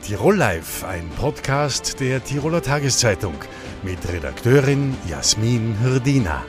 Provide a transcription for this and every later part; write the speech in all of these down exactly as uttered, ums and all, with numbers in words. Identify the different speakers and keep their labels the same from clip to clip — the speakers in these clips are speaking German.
Speaker 1: Tirol Live, ein Podcast der Tiroler Tageszeitung mit Redakteurin Jasmin Hirdina.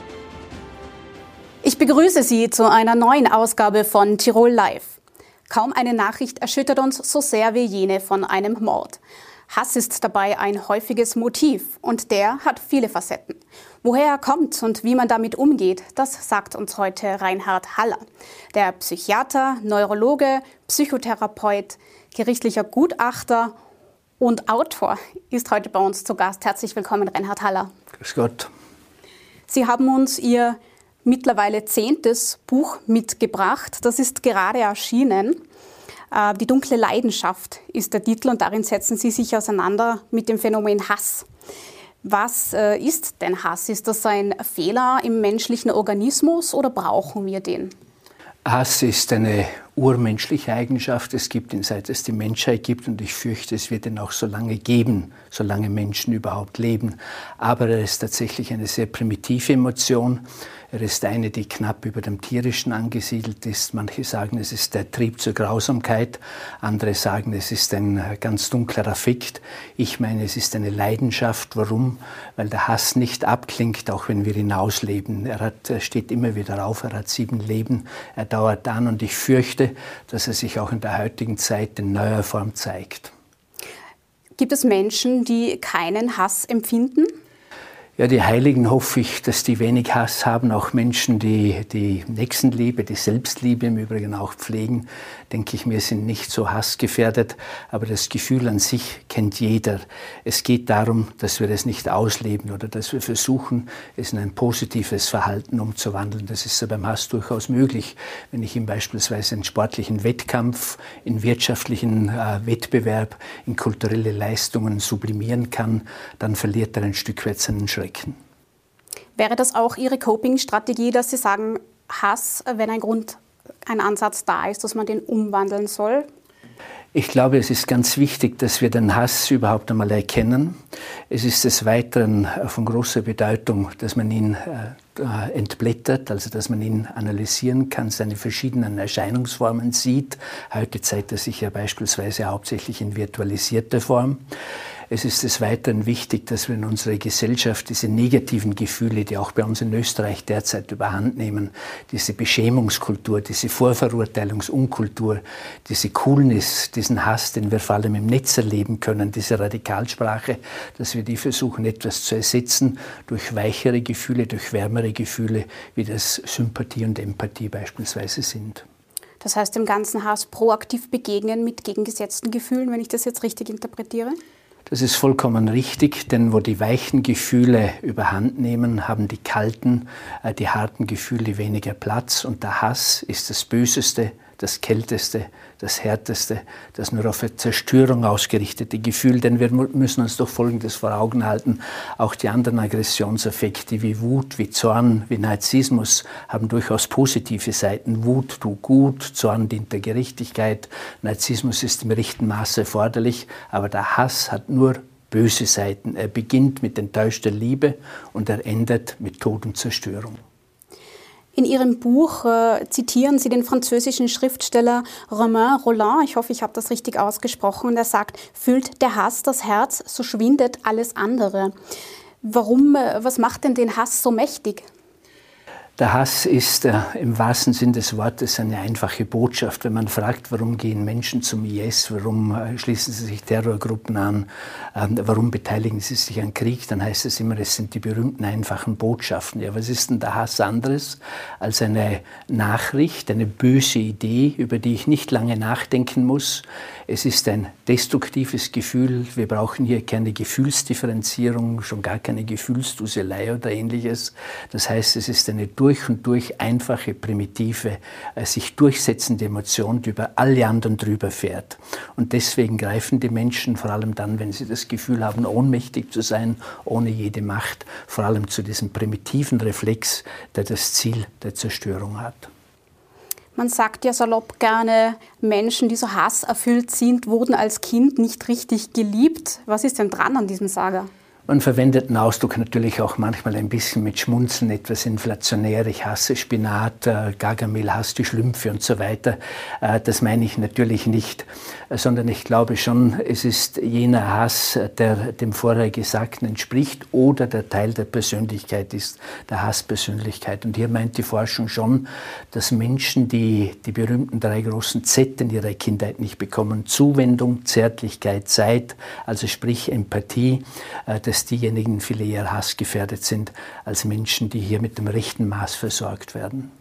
Speaker 2: Ich begrüße Sie zu einer neuen Ausgabe von Tirol Live. Kaum eine Nachricht erschüttert uns so sehr wie jene von einem Mord. Hass ist dabei ein häufiges Motiv und der hat viele Facetten. Woher er kommt und wie man damit umgeht, das sagt uns heute Reinhard Haller. Der Psychiater, Neurologe, Psychotherapeut, gerichtlicher Gutachter und Autor ist heute bei uns zu Gast. Herzlich willkommen, Reinhard Haller.
Speaker 3: Grüß Gott.
Speaker 2: Sie haben uns Ihr mittlerweile zehntes Buch mitgebracht. Das ist gerade erschienen. Die dunkle Leidenschaft ist der Titel und darin setzen Sie sich auseinander mit dem Phänomen Hass. Was ist denn Hass? Ist das ein Fehler im menschlichen Organismus oder brauchen wir den?
Speaker 3: Hass ist eine urmenschliche Eigenschaft. Es gibt ihn, seit es die Menschheit gibt, und ich fürchte, es wird ihn auch so lange geben, solange Menschen überhaupt leben. Aber er ist tatsächlich eine sehr primitive Emotion. Er ist eine, die knapp über dem Tierischen angesiedelt ist. Manche sagen, es ist der Trieb zur Grausamkeit. Andere sagen, es ist ein ganz dunkler Affekt. Ich meine, es ist eine Leidenschaft. Warum? Weil der Hass nicht abklingt, auch wenn wir ihn ausleben. Er, hat, er steht immer wieder auf, er hat sieben Leben, er dauert an, und ich fürchte, dass er sich auch in der heutigen Zeit in neuer Form zeigt.
Speaker 2: Gibt es Menschen, die keinen Hass empfinden?
Speaker 3: Ja, die Heiligen hoffe ich, dass die wenig Hass haben. Auch Menschen, die die Nächstenliebe, die Selbstliebe im Übrigen auch pflegen, denke ich mir, sind nicht so hassgefährdet. Aber das Gefühl an sich kennt jeder. Es geht darum, dass wir es nicht ausleben oder dass wir versuchen, es in ein positives Verhalten umzuwandeln. Das ist ja beim Hass durchaus möglich. Wenn ich ihm beispielsweise einen sportlichen Wettkampf, in wirtschaftlichen äh, Wettbewerb, in kulturelle Leistungen sublimieren kann, dann verliert er ein Stück weit seinen Schreck.
Speaker 2: Wäre das auch Ihre Coping-Strategie, dass Sie sagen, Hass, wenn ein Grund, ein Ansatz da ist, dass man den umwandeln soll?
Speaker 3: Ich glaube, es ist ganz wichtig, dass wir den Hass überhaupt einmal erkennen. Es ist des Weiteren von großer Bedeutung, dass man ihn äh, entblättert, also dass man ihn analysieren kann, seine verschiedenen Erscheinungsformen sieht. Heute zeigt er sich ja beispielsweise hauptsächlich in virtualisierter Form. Es ist des Weiteren wichtig, dass wir in unserer Gesellschaft diese negativen Gefühle, die auch bei uns in Österreich derzeit überhand nehmen, diese Beschämungskultur, diese Vorverurteilungsunkultur, diese Coolness, diesen Hass, den wir vor allem im Netz erleben können, diese Radikalsprache, dass wir die versuchen, etwas zu ersetzen durch weichere Gefühle, durch wärmere Gefühle, wie das Sympathie und Empathie beispielsweise sind.
Speaker 2: Das heißt, dem ganzen Hass proaktiv begegnen mit gegengesetzten Gefühlen, wenn ich das jetzt richtig interpretiere?
Speaker 3: Das ist vollkommen richtig, denn wo die weichen Gefühle überhand nehmen, haben die kalten, äh, die harten Gefühle weniger Platz, und der Hass ist das Böseste, das Kälteste, das Härteste, das nur auf Zerstörung ausgerichtete Gefühl. Denn wir müssen uns doch Folgendes vor Augen halten: Auch die anderen Aggressionsaffekte wie Wut, wie Zorn, wie Narzissmus haben durchaus positive Seiten. Wut tut gut, Zorn dient der Gerechtigkeit, Narzissmus ist im rechten Maße erforderlich, aber der Hass hat nur böse Seiten. Er beginnt mit enttäuschter Liebe und er endet mit Tod und Zerstörung.
Speaker 2: In Ihrem Buch äh, zitieren Sie den französischen Schriftsteller Romain Rolland. Ich hoffe, ich habe das richtig ausgesprochen. Und er sagt, fühlt der Hass das Herz, so schwindet alles andere. Warum, äh, was macht denn den Hass so mächtig?
Speaker 3: Der Hass ist äh, im wahrsten Sinn des Wortes eine einfache Botschaft. Wenn man fragt, warum gehen Menschen zum I S, warum äh, schließen sie sich Terrorgruppen an, äh, warum beteiligen sie sich an Krieg, dann heißt es immer, es sind die berühmten einfachen Botschaften. Ja, was ist denn der Hass anderes als eine Nachricht, eine böse Idee, über die ich nicht lange nachdenken muss? Es ist ein destruktives Gefühl. Wir brauchen hier keine Gefühlsdifferenzierung, schon gar keine Gefühlsduselei oder Ähnliches. Das heißt, es ist eine durch und durch einfache, primitive, äh, sich durchsetzende Emotion, die über alle anderen drüber fährt. Und deswegen greifen die Menschen, vor allem dann, wenn sie das Gefühl haben, ohnmächtig zu sein, ohne jede Macht, vor allem zu diesem primitiven Reflex, der das Ziel der Zerstörung hat.
Speaker 2: Man sagt ja salopp gerne, Menschen, die so hasserfüllt sind, wurden als Kind nicht richtig geliebt. Was ist denn dran an diesem Saga?
Speaker 3: Man verwendet den Ausdruck natürlich auch manchmal ein bisschen mit Schmunzeln, etwas inflationär. Ich hasse Spinat, äh, Gargamel hasst die Schlümpfe und so weiter. Äh, das meine ich natürlich nicht, äh, sondern ich glaube schon, es ist jener Hass, der dem vorher Gesagten entspricht oder der Teil der Persönlichkeit ist, der Hasspersönlichkeit. Und hier meint die Forschung schon, dass Menschen, die die berühmten drei großen Z in ihrer Kindheit nicht bekommen, Zuwendung, Zärtlichkeit, Zeit, also sprich Empathie, äh, dass diejenigen viel eher hassgefährdet sind als Menschen, die hier mit dem rechten Maß versorgt werden.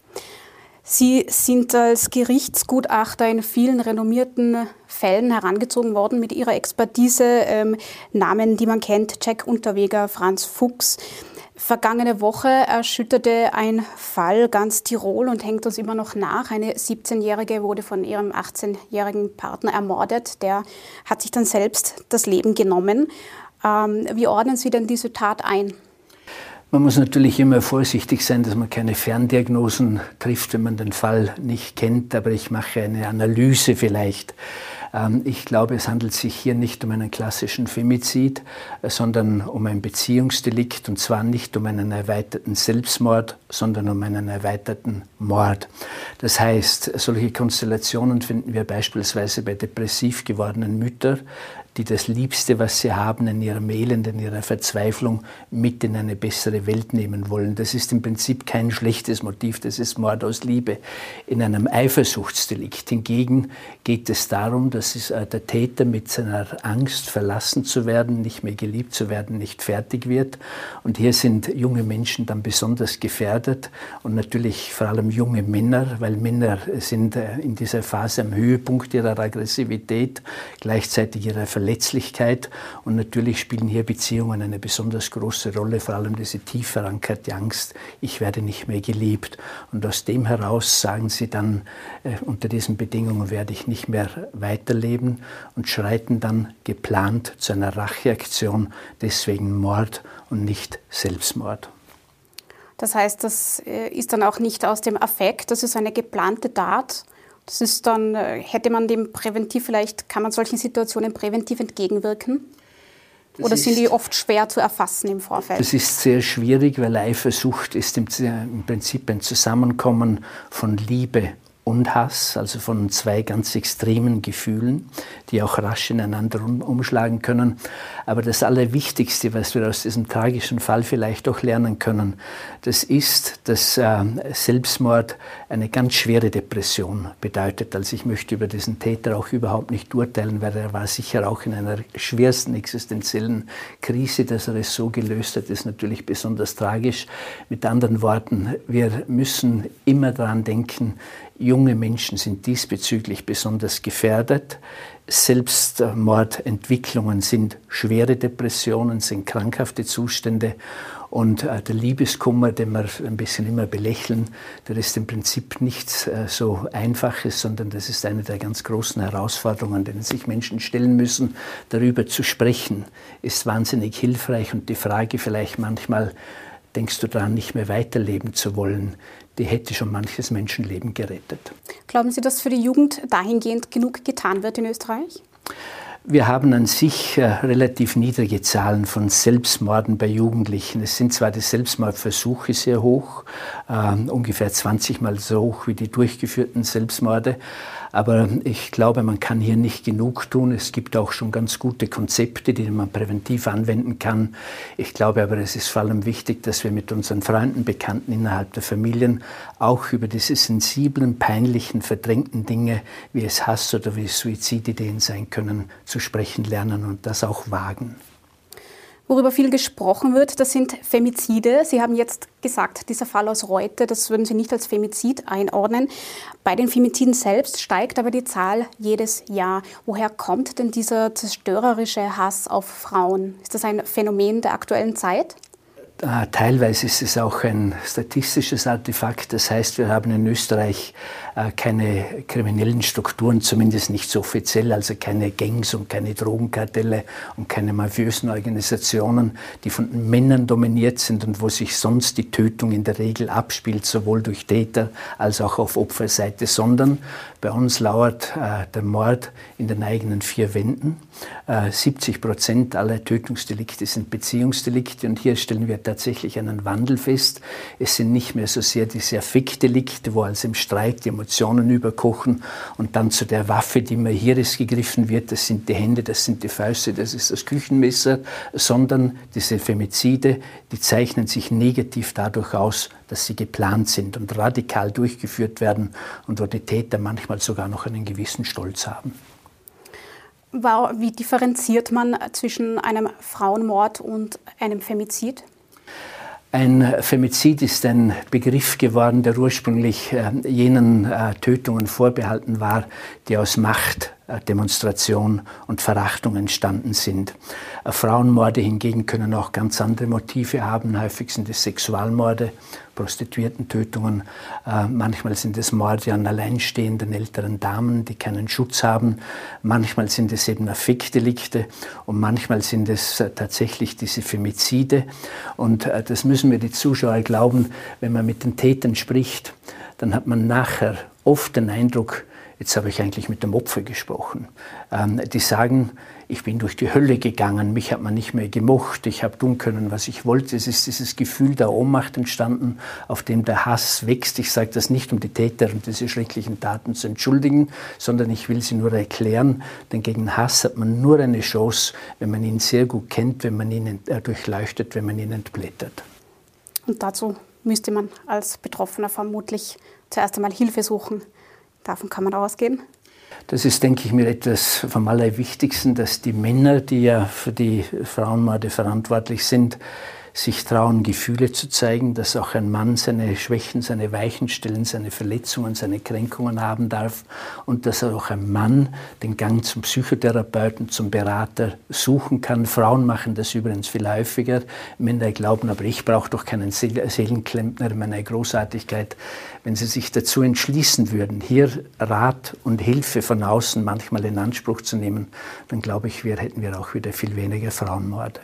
Speaker 2: Sie sind als Gerichtsgutachter in vielen renommierten Fällen herangezogen worden mit Ihrer Expertise. Ähm, Namen, die man kennt, Jack Unterweger, Franz Fuchs. Vergangene Woche erschütterte ein Fall ganz Tirol und hängt uns immer noch nach. Eine siebzehnjährige wurde von ihrem achtzehnjährigen Partner ermordet. Der hat sich dann selbst das Leben genommen. Ähm, wie ordnen Sie denn diese Tat ein?
Speaker 3: Man muss natürlich immer vorsichtig sein, dass man keine Ferndiagnosen trifft, wenn man den Fall nicht kennt. Aber ich mache eine Analyse vielleicht. Ich glaube, es handelt sich hier nicht um einen klassischen Femizid, sondern um ein Beziehungsdelikt, und zwar nicht um einen erweiterten Selbstmord, sondern um einen erweiterten Mord. Das heißt, solche Konstellationen finden wir beispielsweise bei depressiv gewordenen Müttern, die das Liebste, was sie haben, in ihrem Elend, in ihrer Verzweiflung mit in eine bessere Welt nehmen wollen. Das ist im Prinzip kein schlechtes Motiv, das ist Mord aus Liebe. In einem Eifersuchtsdelikt hingegen geht es darum, dass es, äh, der Täter mit seiner Angst, verlassen zu werden, nicht mehr geliebt zu werden, nicht fertig wird. Und hier sind junge Menschen dann besonders gefährdet und natürlich vor allem junge Männer, weil Männer sind äh, in dieser Phase am Höhepunkt ihrer Aggressivität, gleichzeitig ihrer Verletzlichkeit. Verletzlichkeit und natürlich spielen hier Beziehungen eine besonders große Rolle, vor allem diese tief verankerte Angst, ich werde nicht mehr geliebt. Und aus dem heraus sagen sie dann, äh, unter diesen Bedingungen werde ich nicht mehr weiterleben und schreiten dann geplant zu einer Racheaktion, deswegen Mord und nicht Selbstmord.
Speaker 2: Das heißt, das ist dann auch nicht aus dem Affekt, das ist eine geplante Tat. Das ist dann, hätte man dem präventiv vielleicht, kann man solchen Situationen präventiv entgegenwirken? Das Oder sind die oft schwer zu erfassen im Vorfeld?
Speaker 3: Das ist sehr schwierig, weil Eifersucht ist im, im Prinzip ein Zusammenkommen von Liebe und Hass, also von zwei ganz extremen Gefühlen, die auch rasch ineinander umschlagen können. Aber das Allerwichtigste, was wir aus diesem tragischen Fall vielleicht auch lernen können, das ist, dass äh, Selbstmord eine ganz schwere Depression bedeutet. Also ich möchte über diesen Täter auch überhaupt nicht urteilen, weil er war sicher auch in einer schwersten existenziellen Krise. Dass er es so gelöst hat, ist natürlich besonders tragisch. Mit anderen Worten, wir müssen immer daran denken, junge Menschen sind diesbezüglich besonders gefährdet. Selbstmordentwicklungen sind schwere Depressionen, sind krankhafte Zustände. Und äh, der Liebeskummer, den wir ein bisschen immer belächeln, der ist im Prinzip nichts äh, so Einfaches, sondern das ist eine der ganz großen Herausforderungen, denen sich Menschen stellen müssen. Darüber zu sprechen, ist wahnsinnig hilfreich. Und die Frage vielleicht manchmal, denkst du daran, nicht mehr weiterleben zu wollen, die hätte schon manches Menschenleben gerettet.
Speaker 2: Glauben Sie, dass für die Jugend dahingehend genug getan wird in Österreich?
Speaker 3: Wir haben an sich äh, relativ niedrige Zahlen von Selbstmorden bei Jugendlichen. Es sind zwar die Selbstmordversuche sehr hoch, äh, ungefähr zwanzig Mal so hoch wie die durchgeführten Selbstmorde, aber ich glaube, man kann hier nicht genug tun. Es gibt auch schon ganz gute Konzepte, die man präventiv anwenden kann. Ich glaube aber, es ist vor allem wichtig, dass wir mit unseren Freunden, Bekannten innerhalb der Familien auch über diese sensiblen, peinlichen, verdrängten Dinge, wie es Hass oder wie es Suizidideen sein können, zu sprechen lernen und das auch wagen.
Speaker 2: Worüber viel gesprochen wird, das sind Femizide. Sie haben jetzt gesagt, dieser Fall aus Reute, das würden Sie nicht als Femizid einordnen. Bei den Femiziden selbst steigt aber die Zahl jedes Jahr. Woher kommt denn dieser zerstörerische Hass auf Frauen? Ist das ein Phänomen der aktuellen Zeit?
Speaker 3: äh, teilweise ist es auch ein statistisches Artefakt. Das heißt, wir haben in Österreich äh, keine kriminellen Strukturen, zumindest nicht so offiziell, also keine Gangs und keine Drogenkartelle und keine mafiösen Organisationen, die von Männern dominiert sind und wo sich sonst die Tötung in der Regel abspielt, sowohl durch Täter als auch auf Opferseite, sondern bei uns lauert äh, der Mord in den eigenen vier Wänden. Äh, siebzig Prozent aller Tötungsdelikte sind Beziehungsdelikte und hier stellen wir tatsächlich einen Wandel fest. Es sind nicht mehr so sehr diese Affektdelikte, wo also im Streit die Emotionen überkochen und dann zu der Waffe, die immer hier ist, gegriffen wird. Das sind die Hände, das sind die Fäuste, das ist das Küchenmesser, sondern diese Femizide, die zeichnen sich negativ dadurch aus, dass sie geplant sind und radikal durchgeführt werden und wo die Täter manchmal sogar noch einen gewissen Stolz haben.
Speaker 2: Wie differenziert man zwischen einem Frauenmord und einem Femizid?
Speaker 3: Ein Femizid ist ein Begriff geworden, der ursprünglich äh, jenen äh, Tötungen vorbehalten war, die aus Macht, äh, Demonstration und Verachtung entstanden sind. Äh, Frauenmorde hingegen können auch ganz andere Motive haben. Häufig sind es Sexualmorde, Prostituiertentötungen. Äh, manchmal sind es Morde an alleinstehenden älteren Damen, die keinen Schutz haben. Manchmal sind es eben Affektdelikte und manchmal sind es äh, tatsächlich diese Femizide. Und äh, das müssen wir die Zuschauer glauben, wenn man mit den Tätern spricht, dann hat man nachher oft den Eindruck, jetzt habe ich eigentlich mit dem Opfer gesprochen. Ähm, die sagen, ich bin durch die Hölle gegangen, mich hat man nicht mehr gemocht, ich habe tun können, was ich wollte. Es ist dieses Gefühl der Ohnmacht entstanden, auf dem der Hass wächst. Ich sage das nicht, um die Täter und diese schrecklichen Taten zu entschuldigen, sondern ich will sie nur erklären, denn gegen Hass hat man nur eine Chance, wenn man ihn sehr gut kennt, wenn man ihn durchleuchtet, wenn man ihn entblättert.
Speaker 2: Und dazu müsste man als Betroffener vermutlich zuerst einmal Hilfe suchen. Davon kann man ausgehen.
Speaker 3: Das ist, denke ich mir, etwas vom Allerwichtigsten, dass die Männer, die ja für die Frauenmorde verantwortlich sind, sich trauen, Gefühle zu zeigen, dass auch ein Mann seine Schwächen, seine weichen Stellen, seine Verletzungen, seine Kränkungen haben darf und dass auch ein Mann den Gang zum Psychotherapeuten, zum Berater suchen kann. Frauen machen das übrigens viel häufiger. Männer glauben, aber ich brauche doch keinen Seelenklempner, meine Großartigkeit. Wenn sie sich dazu entschließen würden, hier Rat und Hilfe von außen manchmal in Anspruch zu nehmen, dann glaube ich, wir hätten wir auch wieder viel weniger Frauenmorde.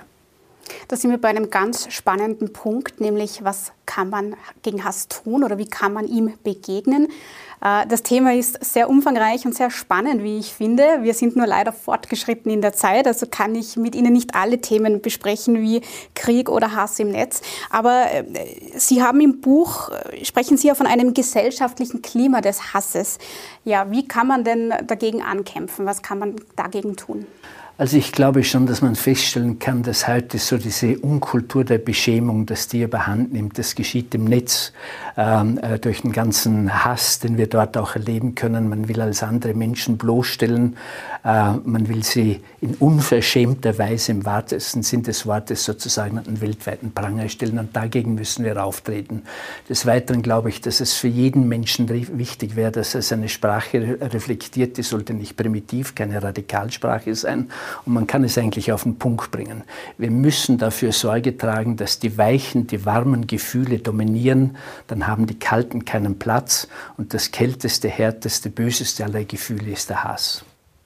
Speaker 2: Da sind wir bei einem ganz spannenden Punkt, nämlich was kann man gegen Hass tun oder wie kann man ihm begegnen. Das Thema ist sehr umfangreich und sehr spannend, wie ich finde. Wir sind nur leider fortgeschritten in der Zeit, also kann ich mit Ihnen nicht alle Themen besprechen wie Krieg oder Hass im Netz. Aber Sie haben im Buch, sprechen Sie ja von einem gesellschaftlichen Klima des Hasses. Ja, wie kann man denn dagegen ankämpfen? Was kann man dagegen tun?
Speaker 3: Also ich glaube schon, dass man feststellen kann, dass heute so diese Unkultur der Beschämung, dass die überhand nimmt. Das geschieht im Netz ähm, äh, durch den ganzen Hass, den wir dort auch erleben können. Man will als andere Menschen bloßstellen. Äh, man will sie in unverschämter Weise im wahrsten Sinn des Wortes sozusagen an den weltweiten Pranger stellen. Und dagegen müssen wir auftreten. Des Weiteren glaube ich, dass es für jeden Menschen wichtig wäre, dass er seine Sprache reflektiert. Die sollte nicht primitiv, keine Radikalsprache sein. Und man kann es eigentlich auf den Punkt bringen. Wir müssen dafür Sorge tragen, dass die weichen, die warmen Gefühle dominieren. Dann haben die kalten keinen Platz. Und das kälteste, härteste, böseste aller Gefühle ist der Hass.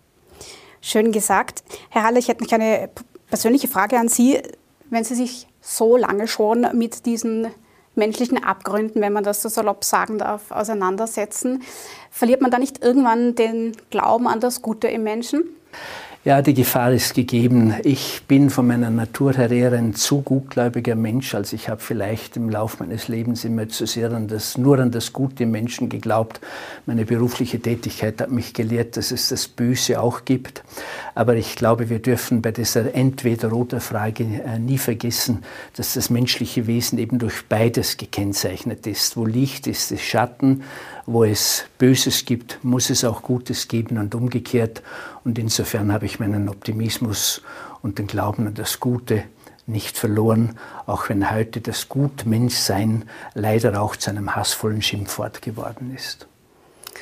Speaker 2: Schön gesagt. Herr Haller, ich hätte noch eine persönliche Frage an Sie. Wenn Sie sich so lange schon mit diesen menschlichen Abgründen, wenn man das so salopp sagen darf, auseinandersetzen, verliert man da nicht irgendwann den Glauben an das Gute im Menschen?
Speaker 3: Ja, die Gefahr ist gegeben. Ich bin von meiner Natur her eher ein zu gutgläubiger Mensch, als ich habe vielleicht im Laufe meines Lebens immer zu sehr an das, nur an das Gute im Menschen geglaubt. Meine berufliche Tätigkeit hat mich gelehrt, dass es das Böse auch gibt. Aber ich glaube, wir dürfen bei dieser Entweder-oder-Frage nie vergessen, dass das menschliche Wesen eben durch beides gekennzeichnet ist. Wo Licht ist, ist Schatten. Wo es Böses gibt, muss es auch Gutes geben und umgekehrt. Und insofern habe ich meinen Optimismus und den Glauben an das Gute nicht verloren, auch wenn heute das Gutmenschsein leider auch zu einem hassvollen Schimpfwort geworden ist.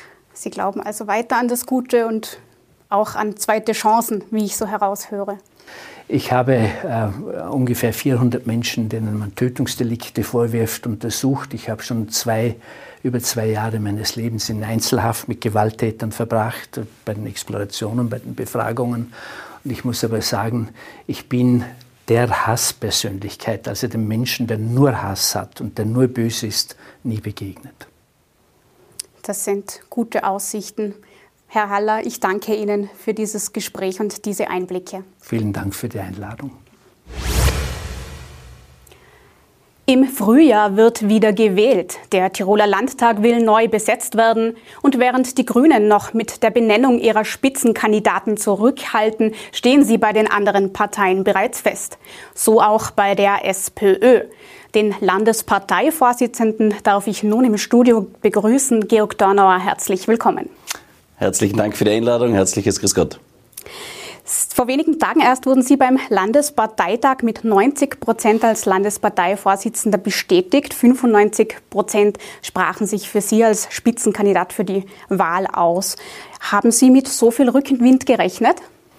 Speaker 2: Sie glauben also weiter an das Gute und auch an zweite Chancen, wie ich so heraushöre.
Speaker 3: Ich habe äh, ungefähr vierhundert Menschen, denen man Tötungsdelikte vorwirft, untersucht. Ich habe schon zwei, über zwei Jahre meines Lebens in Einzelhaft mit Gewalttätern verbracht, bei den Explorationen, bei den Befragungen. Und ich muss aber sagen, ich bin der Hasspersönlichkeit, also dem Menschen, der nur Hass hat und der nur böse ist, nie begegnet.
Speaker 2: Das sind gute Aussichten. Herr Haller, ich danke Ihnen für dieses Gespräch und diese Einblicke.
Speaker 3: Vielen Dank für die Einladung.
Speaker 2: Im Frühjahr wird wieder gewählt. Der Tiroler Landtag will neu besetzt werden. Und während die Grünen noch mit der Benennung ihrer Spitzenkandidaten zurückhalten, stehen sie bei den anderen Parteien bereits fest. So auch bei der SPÖ. Den Landesparteivorsitzenden darf ich nun im Studio begrüßen. Georg Dornauer, herzlich willkommen.
Speaker 4: Herzlichen Dank für die Einladung. Herzliches Grüß Gott.
Speaker 2: Vor wenigen Tagen erst wurden Sie beim Landesparteitag mit neunzig Prozent als Landesparteivorsitzender bestätigt. fünfundneunzig Prozent sprachen sich für Sie als Spitzenkandidat für die Wahl aus. Haben Sie mit so viel Rückenwind gerechnet?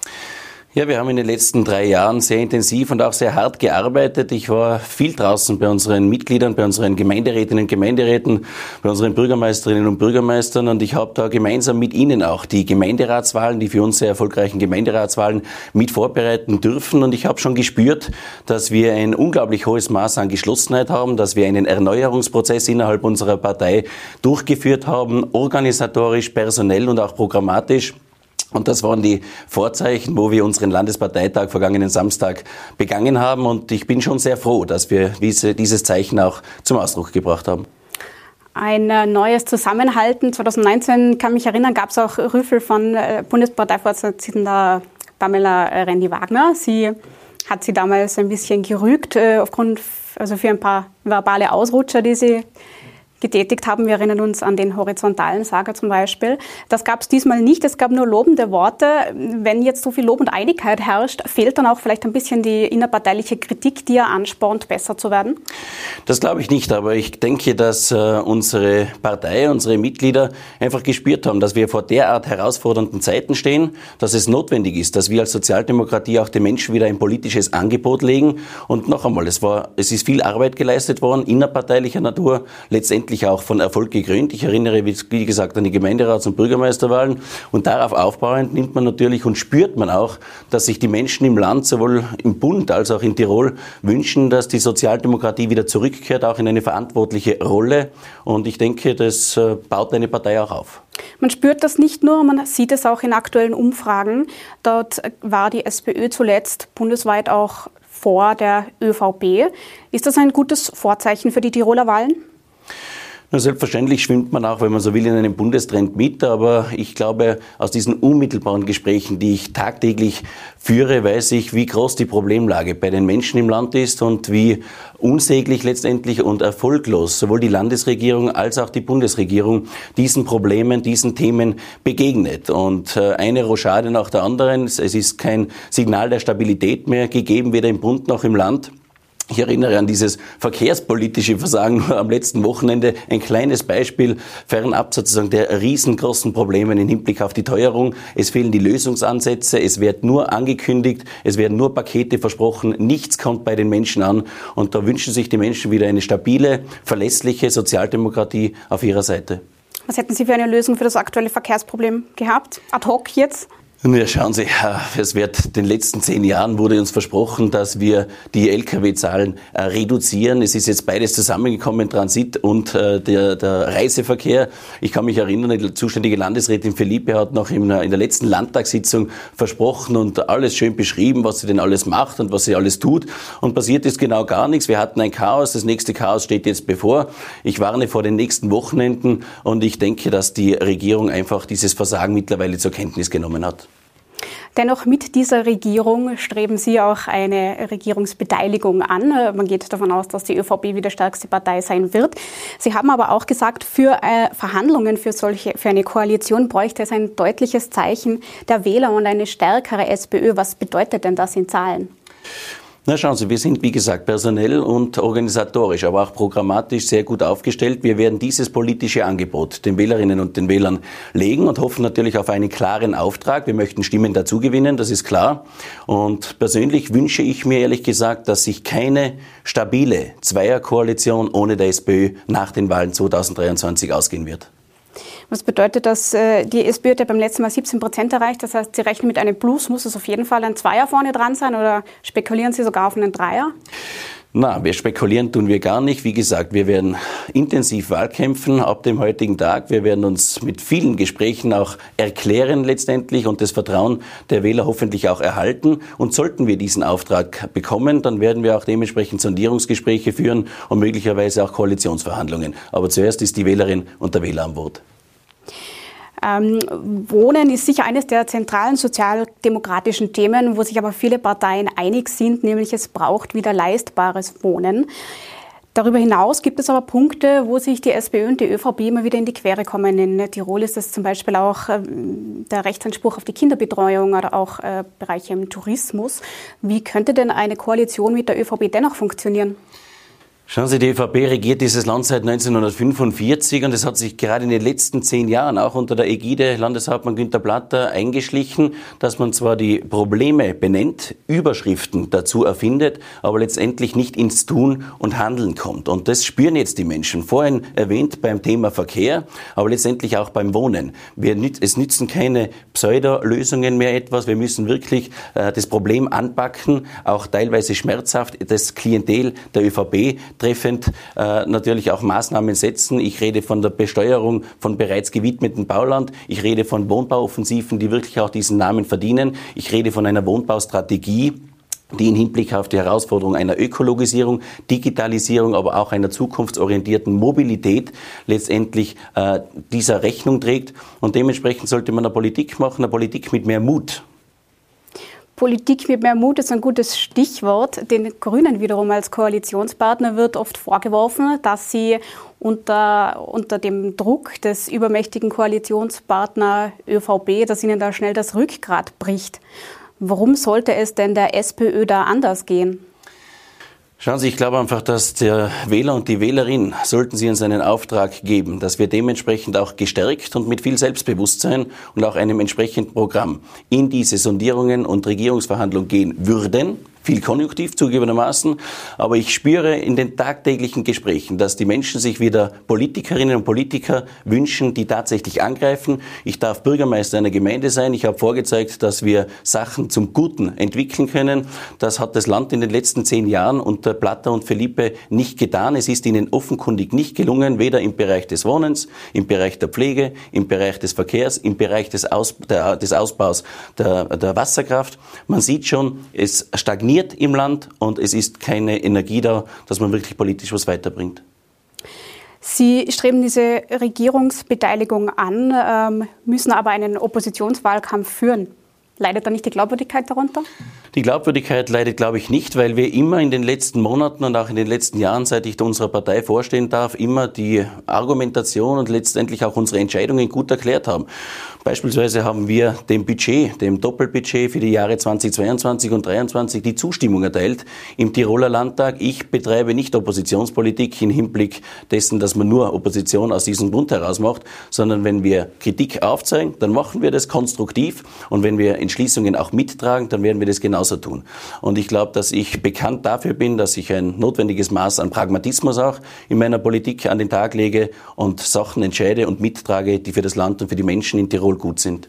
Speaker 4: Ja, wir haben in den letzten drei Jahren sehr intensiv und auch sehr hart gearbeitet. Ich war viel draußen bei unseren Mitgliedern, bei unseren Gemeinderätinnen und Gemeinderäten, bei unseren Bürgermeisterinnen und Bürgermeistern, und ich habe da gemeinsam mit Ihnen auch die Gemeinderatswahlen, die für uns sehr erfolgreichen Gemeinderatswahlen mit vorbereiten dürfen, und ich habe schon gespürt, dass wir ein unglaublich hohes Maß an Geschlossenheit haben, dass wir einen Erneuerungsprozess innerhalb unserer Partei durchgeführt haben, organisatorisch, personell und auch programmatisch. Und das waren die Vorzeichen, wo wir unseren Landesparteitag vergangenen Samstag begangen haben. Und ich bin schon sehr froh, dass wir diese, dieses Zeichen auch zum Ausdruck gebracht haben.
Speaker 2: Ein neues Zusammenhalten. zwanzig neunzehn, kann mich erinnern, gab es auch Rüffel von Bundesparteivorsitzender Pamela Rendi-Wagner. Sie hat sie damals ein bisschen gerügt, aufgrund, also für ein paar verbale Ausrutscher, die sie getätigt haben. Wir erinnern uns an den horizontalen Saga zum Beispiel. Das gab es diesmal nicht. Es gab nur lobende Worte. Wenn jetzt so viel Lob und Einigkeit herrscht, fehlt dann auch vielleicht ein bisschen die innerparteiliche Kritik, die ja anspornt, besser zu werden?
Speaker 4: Das glaube ich nicht, aber ich denke, dass äh, unsere Partei, unsere Mitglieder einfach gespürt haben, dass wir vor derart herausfordernden Zeiten stehen, dass es notwendig ist, dass wir als Sozialdemokratie auch den Menschen wieder ein politisches Angebot legen. Und noch einmal, es war, es ist viel Arbeit geleistet worden, innerparteilicher Natur, letztendlich auch von Erfolg gekrönt. Ich erinnere, wie gesagt, an die Gemeinderats- und Bürgermeisterwahlen, und darauf aufbauend nimmt man natürlich und spürt man auch, dass sich die Menschen im Land, sowohl im Bund als auch in Tirol, wünschen, dass die Sozialdemokratie wieder zurückkehrt, auch in eine verantwortliche Rolle, und ich denke, das baut eine Partei auch auf.
Speaker 2: Man spürt das nicht nur, man sieht es auch in aktuellen Umfragen. Dort war die SPÖ zuletzt bundesweit auch vor der ÖVP. Ist das ein gutes Vorzeichen für die Tiroler Wahlen?
Speaker 4: Na, selbstverständlich schwimmt man auch, wenn man so will, in einem Bundestrend mit, aber ich glaube, aus diesen unmittelbaren Gesprächen, die ich tagtäglich führe, weiß ich, wie groß die Problemlage bei den Menschen im Land ist und wie unsäglich letztendlich und erfolglos sowohl die Landesregierung als auch die Bundesregierung diesen Problemen, diesen Themen begegnet. Und eine Rochade nach der anderen, es ist kein Signal der Stabilität mehr gegeben, weder im Bund noch im Land. Ich erinnere an dieses verkehrspolitische Versagen am letzten Wochenende. Ein kleines Beispiel, fernab sozusagen der riesengroßen Probleme im Hinblick auf die Teuerung. Es fehlen die Lösungsansätze, es wird nur angekündigt, es werden nur Pakete versprochen, nichts kommt bei den Menschen an. Und da wünschen sich die Menschen wieder eine stabile, verlässliche Sozialdemokratie auf ihrer Seite.
Speaker 2: Was hätten Sie für eine Lösung für das aktuelle Verkehrsproblem gehabt? Ad hoc jetzt?
Speaker 4: Ja, schauen Sie, es wird in den letzten zehn Jahren wurde uns versprochen, dass wir die L K W-Zahlen äh, reduzieren. Es ist jetzt beides zusammengekommen, Transit und äh, der, der Reiseverkehr. Ich kann mich erinnern, die zuständige Landesrätin Felipe hat noch in, in der letzten Landtagssitzung versprochen und alles schön beschrieben, was sie denn alles macht und was sie alles tut. Und passiert ist genau gar nichts. Wir hatten ein Chaos. Das nächste Chaos steht jetzt bevor. Ich warne vor den nächsten Wochenenden und ich denke, dass die Regierung einfach dieses Versagen mittlerweile zur Kenntnis genommen hat.
Speaker 2: Dennoch mit dieser Regierung streben Sie auch eine Regierungsbeteiligung an. Man geht davon aus, dass die ÖVP wieder stärkste Partei sein wird. Sie haben aber auch gesagt, für äh, Verhandlungen für solche, für eine Koalition bräuchte es ein deutliches Zeichen der Wähler und eine stärkere SPÖ. Was bedeutet denn das in Zahlen?
Speaker 4: Na schauen Sie, wir sind wie gesagt personell und organisatorisch, aber auch programmatisch sehr gut aufgestellt. Wir werden dieses politische Angebot den Wählerinnen und den Wählern legen und hoffen natürlich auf einen klaren Auftrag. Wir möchten Stimmen dazugewinnen, das ist klar. Und persönlich wünsche ich mir ehrlich gesagt, dass sich keine stabile Zweierkoalition ohne der SPÖ nach den Wahlen zweitausenddreiundzwanzig ausgehen wird.
Speaker 2: Was bedeutet das? äh, Die SPÖ hat ja beim letzten Mal siebzehn Prozent erreicht. Das heißt, Sie rechnen mit einem Plus. Muss es auf jeden Fall ein Zweier vorne dran sein oder spekulieren Sie sogar auf einen Dreier?
Speaker 4: Na, wir spekulieren tun wir gar nicht. Wie gesagt, wir werden intensiv Wahlkämpfen ab dem heutigen Tag. Wir werden uns mit vielen Gesprächen auch erklären letztendlich und das Vertrauen der Wähler hoffentlich auch erhalten. Und sollten wir diesen Auftrag bekommen, dann werden wir auch dementsprechend Sondierungsgespräche führen und möglicherweise auch Koalitionsverhandlungen. Aber zuerst ist die Wählerin und der Wähler am Wort.
Speaker 2: Ähm, Wohnen ist sicher eines der zentralen sozialdemokratischen Themen, wo sich aber viele Parteien einig sind, nämlich es braucht wieder leistbares Wohnen. Darüber hinaus gibt es aber Punkte, wo sich die SPÖ und die ÖVP immer wieder in die Quere kommen. In Tirol ist das zum Beispiel auch äh, der Rechtsanspruch auf die Kinderbetreuung oder auch äh, Bereiche im Tourismus. Wie könnte denn eine Koalition mit der ÖVP dennoch funktionieren?
Speaker 4: Schauen Sie, die ÖVP regiert dieses Land seit neunzehnhundertfünfundvierzig und es hat sich gerade in den letzten zehn Jahren auch unter der Ägide Landeshauptmann Günther Platter eingeschlichen, dass man zwar die Probleme benennt, Überschriften dazu erfindet, aber letztendlich nicht ins Tun und Handeln kommt. Und das spüren jetzt die Menschen. Vorhin erwähnt beim Thema Verkehr, aber letztendlich auch beim Wohnen. Wir, es nützen keine Pseudolösungen mehr etwas. Wir müssen wirklich äh, das Problem anpacken, auch teilweise schmerzhaft das Klientel der ÖVP treffend äh, natürlich auch Maßnahmen setzen. Ich rede von der Besteuerung von bereits gewidmeten Bauland. Ich rede von Wohnbauoffensiven, die wirklich auch diesen Namen verdienen. Ich rede von einer Wohnbaustrategie, die im Hinblick auf die Herausforderung einer Ökologisierung, Digitalisierung, aber auch einer zukunftsorientierten Mobilität letztendlich äh, dieser Rechnung trägt. Und dementsprechend sollte man eine Politik machen, eine Politik mit mehr Mut.
Speaker 2: Politik mit mehr Mut ist ein gutes Stichwort. Den Grünen wiederum als Koalitionspartner wird oft vorgeworfen, dass sie unter, unter dem Druck des übermächtigen Koalitionspartner ÖVP, dass ihnen da schnell das Rückgrat bricht. Warum sollte es denn der SPÖ da anders gehen?
Speaker 4: Schauen Sie, ich glaube einfach, dass der Wähler und die Wählerin, sollten sie uns einen Auftrag geben, dass wir dementsprechend auch gestärkt und mit viel Selbstbewusstsein und auch einem entsprechenden Programm in diese Sondierungen und Regierungsverhandlungen gehen würden. Viel konjunktiv zugegebenermaßen, aber ich spüre in den tagtäglichen Gesprächen, dass die Menschen sich wieder Politikerinnen und Politiker wünschen, die tatsächlich angreifen. Ich darf Bürgermeister einer Gemeinde sein. Ich habe vorgezeigt, dass wir Sachen zum Guten entwickeln können. Das hat das Land in den letzten zehn Jahren unter Platter und Felipe nicht getan. Es ist ihnen offenkundig nicht gelungen, weder im Bereich des Wohnens, im Bereich der Pflege, im Bereich des Verkehrs, im Bereich des, Aus, der, des Ausbaus der, der Wasserkraft. Man sieht schon, es stagniert im Land und es ist keine Energie da, dass man wirklich politisch was weiterbringt.
Speaker 2: Sie streben diese Regierungsbeteiligung an, ähm, müssen aber einen Oppositionswahlkampf führen. Leidet da nicht die Glaubwürdigkeit darunter?
Speaker 4: Die Glaubwürdigkeit leidet, glaube ich, nicht, weil wir immer in den letzten Monaten und auch in den letzten Jahren, seit ich unserer Partei vorstehen darf, immer die Argumentation und letztendlich auch unsere Entscheidungen gut erklärt haben. Beispielsweise haben wir dem Budget, dem Doppelbudget für die Jahre zweitausendzweiundzwanzig und zweitausenddreiundzwanzig die Zustimmung erteilt im Tiroler Landtag. Ich betreibe nicht Oppositionspolitik im Hinblick dessen, dass man nur Opposition aus diesem Grund heraus macht, sondern wenn wir Kritik aufzeigen, dann machen wir das konstruktiv und wenn wir Entschließungen auch mittragen, dann werden wir das genauso tun. Und ich glaube, dass ich bekannt dafür bin, dass ich ein notwendiges Maß an Pragmatismus auch in meiner Politik an den Tag lege und Sachen entscheide und mittrage, die für das Land und für die Menschen in Tirol gut sind.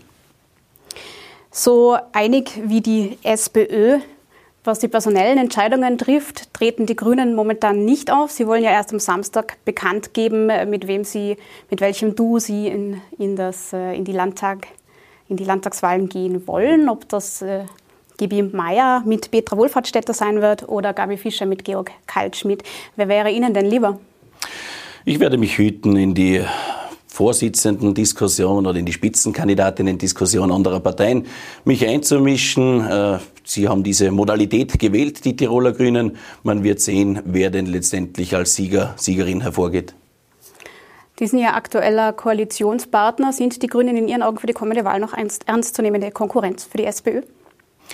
Speaker 2: So einig wie die SPÖ, was die personellen Entscheidungen trifft, treten die Grünen momentan nicht auf. Sie wollen ja erst am Samstag bekannt geben, mit wem sie, mit welchem Duo sie in, in, das, in, die, Landtag, in die Landtagswahlen gehen wollen. Ob das äh, Gabi Meier mit Petra Wohlfahrtsstätter sein wird oder Gabi Fischer mit Georg Kaltschmidt. Wer wäre Ihnen denn lieber?
Speaker 4: Ich werde mich hüten, in die Vorsitzenden-Diskussion oder in die Spitzenkandidatinnen-Diskussion anderer Parteien mich einzumischen. Sie haben diese Modalität gewählt, die Tiroler Grünen. Man wird sehen, wer denn letztendlich als Sieger, Siegerin hervorgeht.
Speaker 2: Die sind ja aktueller Koalitionspartner. Sind die Grünen in Ihren Augen für die kommende Wahl noch eine ernstzunehmende Konkurrenz für die SPÖ?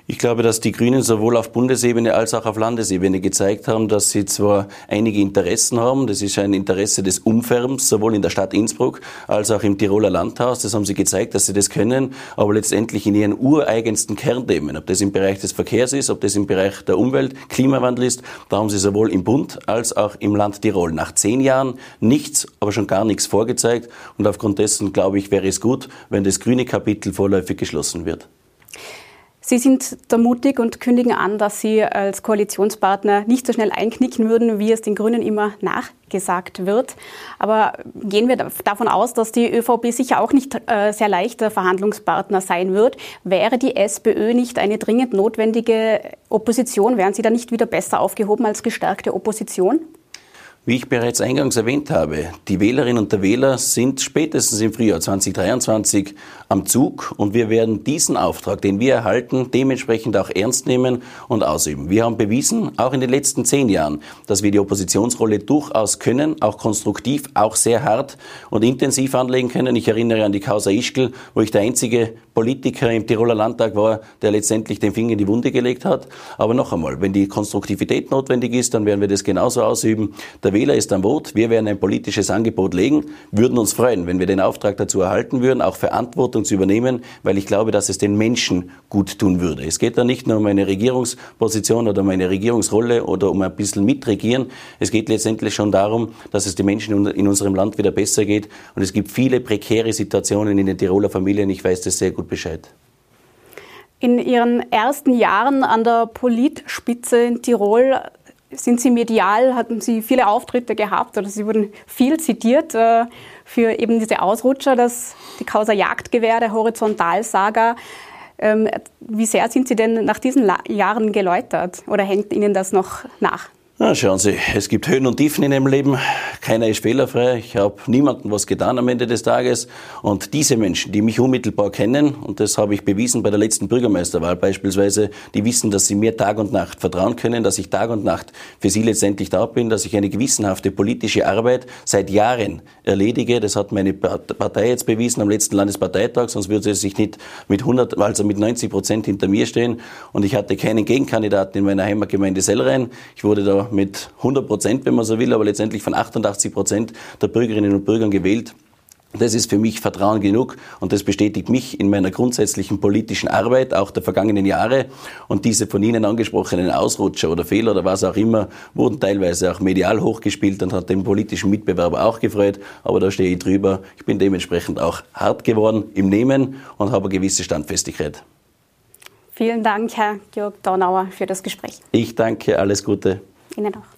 Speaker 4: Ich glaube, dass die Grünen sowohl auf Bundesebene als auch auf Landesebene gezeigt haben, dass sie zwar einige Interessen haben, das ist ein Interesse des Umfärbens, sowohl in der Stadt Innsbruck als auch im Tiroler Landhaus, das haben sie gezeigt, dass sie das können, aber letztendlich in ihren ureigensten Kernthemen, ob das im Bereich des Verkehrs ist, ob das im Bereich der Umwelt, Klimawandel ist, da haben sie sowohl im Bund als auch im Land Tirol nach zehn Jahren nichts, aber schon gar nichts vorgezeigt und aufgrund dessen, glaube ich, wäre es gut, wenn das grüne Kapitel vorläufig geschlossen wird.
Speaker 2: Sie sind da mutig und kündigen an, dass Sie als Koalitionspartner nicht so schnell einknicken würden, wie es den Grünen immer nachgesagt wird. Aber gehen wir davon aus, dass die ÖVP sicher auch nicht äh, sehr leichter Verhandlungspartner sein wird. Wäre die SPÖ nicht eine dringend notwendige Opposition? Wären Sie da nicht wieder besser aufgehoben als gestärkte Opposition?
Speaker 4: Wie ich bereits eingangs erwähnt habe, die Wählerinnen und der Wähler sind spätestens im Frühjahr zweitausenddreiundzwanzig am Zug und wir werden diesen Auftrag, den wir erhalten, dementsprechend auch ernst nehmen und ausüben. Wir haben bewiesen, auch in den letzten zehn Jahren, dass wir die Oppositionsrolle durchaus können, auch konstruktiv, auch sehr hart und intensiv anlegen können. Ich erinnere an die Causa Ischgl, wo ich der einzige Politiker im Tiroler Landtag war, der letztendlich den Finger in die Wunde gelegt hat. Aber noch einmal, wenn die Konstruktivität notwendig ist, dann werden wir das genauso ausüben. Der Wähler ist am Boot, wir werden ein politisches Angebot legen, würden uns freuen, wenn wir den Auftrag dazu erhalten würden, auch Verantwortung zu übernehmen, weil ich glaube, dass es den Menschen gut tun würde. Es geht da nicht nur um eine Regierungsposition oder um eine Regierungsrolle oder um ein bisschen mitregieren. Es geht letztendlich schon darum, dass es den Menschen in unserem Land wieder besser geht. Und es gibt viele prekäre Situationen in den Tiroler Familien. Ich weiß das sehr gut Bescheid.
Speaker 2: In Ihren ersten Jahren an der Politspitze in Tirol sind Sie medial, hatten Sie viele Auftritte gehabt oder Sie wurden viel zitiert äh, für eben diese Ausrutscher, das, die Causa Jagdgewehr, der Horizontalsaga. Ähm, wie sehr sind Sie denn nach diesen La- Jahren geläutert oder hängt Ihnen das noch nach?
Speaker 4: Na, schauen Sie, es gibt Höhen und Tiefen in dem Leben. Keiner ist fehlerfrei. Ich habe niemandem was getan am Ende des Tages. Und diese Menschen, die mich unmittelbar kennen, und das habe ich bewiesen bei der letzten Bürgermeisterwahl beispielsweise, die wissen, dass sie mir Tag und Nacht vertrauen können, dass ich Tag und Nacht für sie letztendlich da bin, dass ich eine gewissenhafte politische Arbeit seit Jahren erledige. Das hat meine Partei jetzt bewiesen am letzten Landesparteitag, sonst würde sie sich nicht mit hundert, also mit neunzig Prozent hinter mir stehen. Und ich hatte keinen Gegenkandidaten in meiner Heimatgemeinde Sellrhein. Ich wurde da mit hundert Prozent, wenn man so will, aber letztendlich von achtundachtzig Prozent der Bürgerinnen und Bürger gewählt. Das ist für mich Vertrauen genug und das bestätigt mich in meiner grundsätzlichen politischen Arbeit, auch der vergangenen Jahre. Und diese von Ihnen angesprochenen Ausrutscher oder Fehler oder was auch immer, wurden teilweise auch medial hochgespielt und hat den politischen Mitbewerber auch gefreut. Aber da stehe ich drüber. Ich bin dementsprechend auch hart geworden im Nehmen und habe eine gewisse Standfestigkeit.
Speaker 2: Vielen Dank, Herr Georg Donauer, für das Gespräch.
Speaker 4: Ich danke, alles Gute.
Speaker 2: Ihnen auch.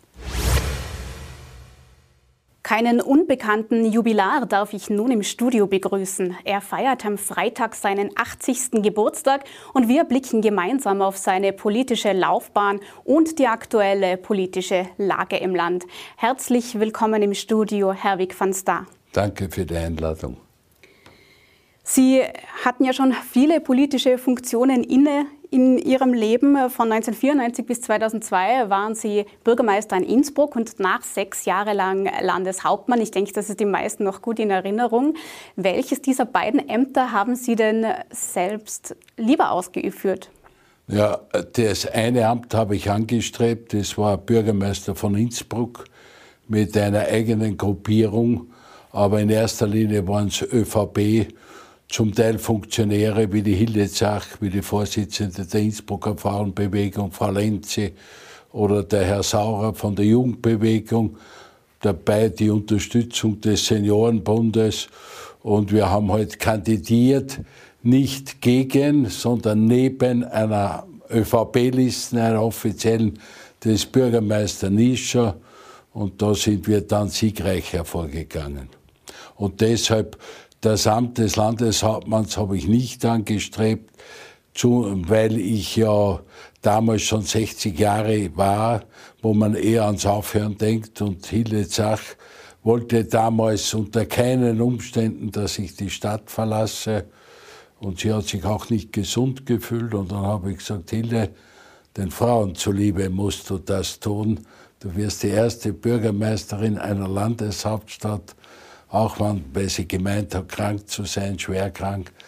Speaker 2: Keinen unbekannten Jubilar darf ich nun im Studio begrüßen. Er feiert am Freitag seinen achtzigsten Geburtstag und wir blicken gemeinsam auf seine politische Laufbahn und die aktuelle politische Lage im Land. Herzlich willkommen im Studio, Herwig van Sta.
Speaker 5: Danke für die Einladung.
Speaker 2: Sie hatten ja schon viele politische Funktionen inne in Ihrem Leben. Von neunzehnhundertvierundneunzig bis zweitausendzwei waren Sie Bürgermeister in Innsbruck und nach sechs Jahre lang Landeshauptmann. Ich denke, das ist die meisten noch gut in Erinnerung. Welches dieser beiden Ämter haben Sie denn selbst lieber ausgeführt?
Speaker 5: Ja, das eine Amt habe ich angestrebt, das war Bürgermeister von Innsbruck mit einer eigenen Gruppierung, aber in erster Linie waren es ÖVP, zum Teil Funktionäre wie die Hilde Zach, wie die Vorsitzende der Innsbrucker Frauenbewegung, Frau Lenzi, oder der Herr Saurer von der Jugendbewegung, dabei die Unterstützung des Seniorenbundes. Und wir haben heute kandidiert, nicht gegen, sondern neben einer ÖVP-Liste, einer offiziellen des Bürgermeister Nischer. Und da sind wir dann siegreich hervorgegangen. Und deshalb das Amt des Landeshauptmanns habe ich nicht angestrebt, weil ich ja damals schon sechzig Jahre war, wo man eher ans Aufhören denkt. Und Hilde Zach wollte damals unter keinen Umständen, dass ich die Stadt verlasse. Und sie hat sich auch nicht gesund gefühlt. Und dann habe ich gesagt, Hilde, den Frauen zuliebe musst du das tun. Du wirst die erste Bürgermeisterin einer Landeshauptstadt, auch wenn, weil sie gemeint hat, krank zu sein, schwer krank.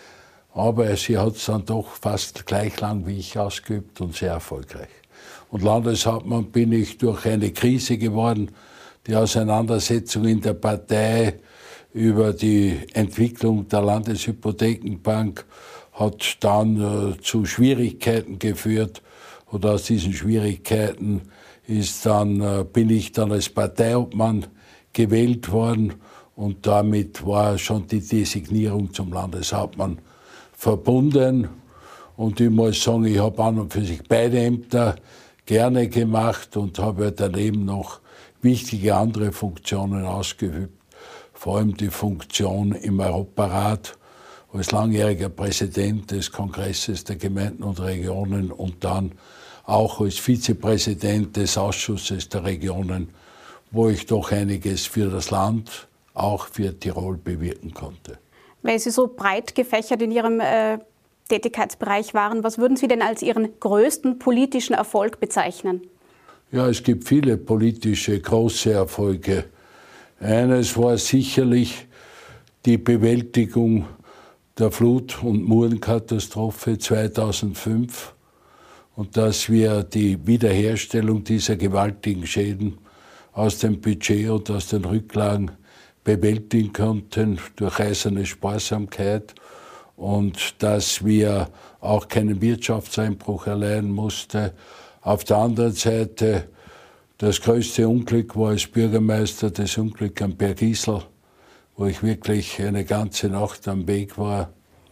Speaker 5: aber sie hat es dann doch fast gleich lang wie ich ausgeübt und sehr erfolgreich. Und Landeshauptmann bin ich durch eine Krise geworden, die Auseinandersetzung in der Partei über die Entwicklung der Landeshypothekenbank hat dann äh, zu Schwierigkeiten geführt. Und aus diesen Schwierigkeiten ist dann, äh, bin ich dann als Parteiobmann gewählt worden. Und damit war schon die Designierung zum Landeshauptmann verbunden. Und ich muss sagen, ich habe an und für sich beide Ämter gerne gemacht und habe daneben noch wichtige andere Funktionen ausgeübt. Vor allem die Funktion im Europarat als langjähriger Präsident des Kongresses der Gemeinden und Regionen und dann auch als Vizepräsident des Ausschusses der Regionen, wo ich doch einiges für das Land, auch für Tirol bewirken konnte.
Speaker 2: Weil Sie so breit gefächert in Ihrem äh, Tätigkeitsbereich waren, was würden Sie denn als Ihren größten politischen Erfolg bezeichnen?
Speaker 5: Ja, es gibt viele politische große Erfolge. Eines war sicherlich die Bewältigung der Flut- und Murenkatastrophe zweitausendfünf und dass wir die Wiederherstellung dieser gewaltigen Schäden aus dem Budget und aus den Rücklagen bewältigen konnten durch eiserne Sparsamkeit und dass wir auch keinen Wirtschaftseinbruch erleiden mussten. Auf der anderen Seite, das größte Unglück war als Bürgermeister das Unglück am Bergisel, wo ich wirklich eine ganze Nacht am Weg war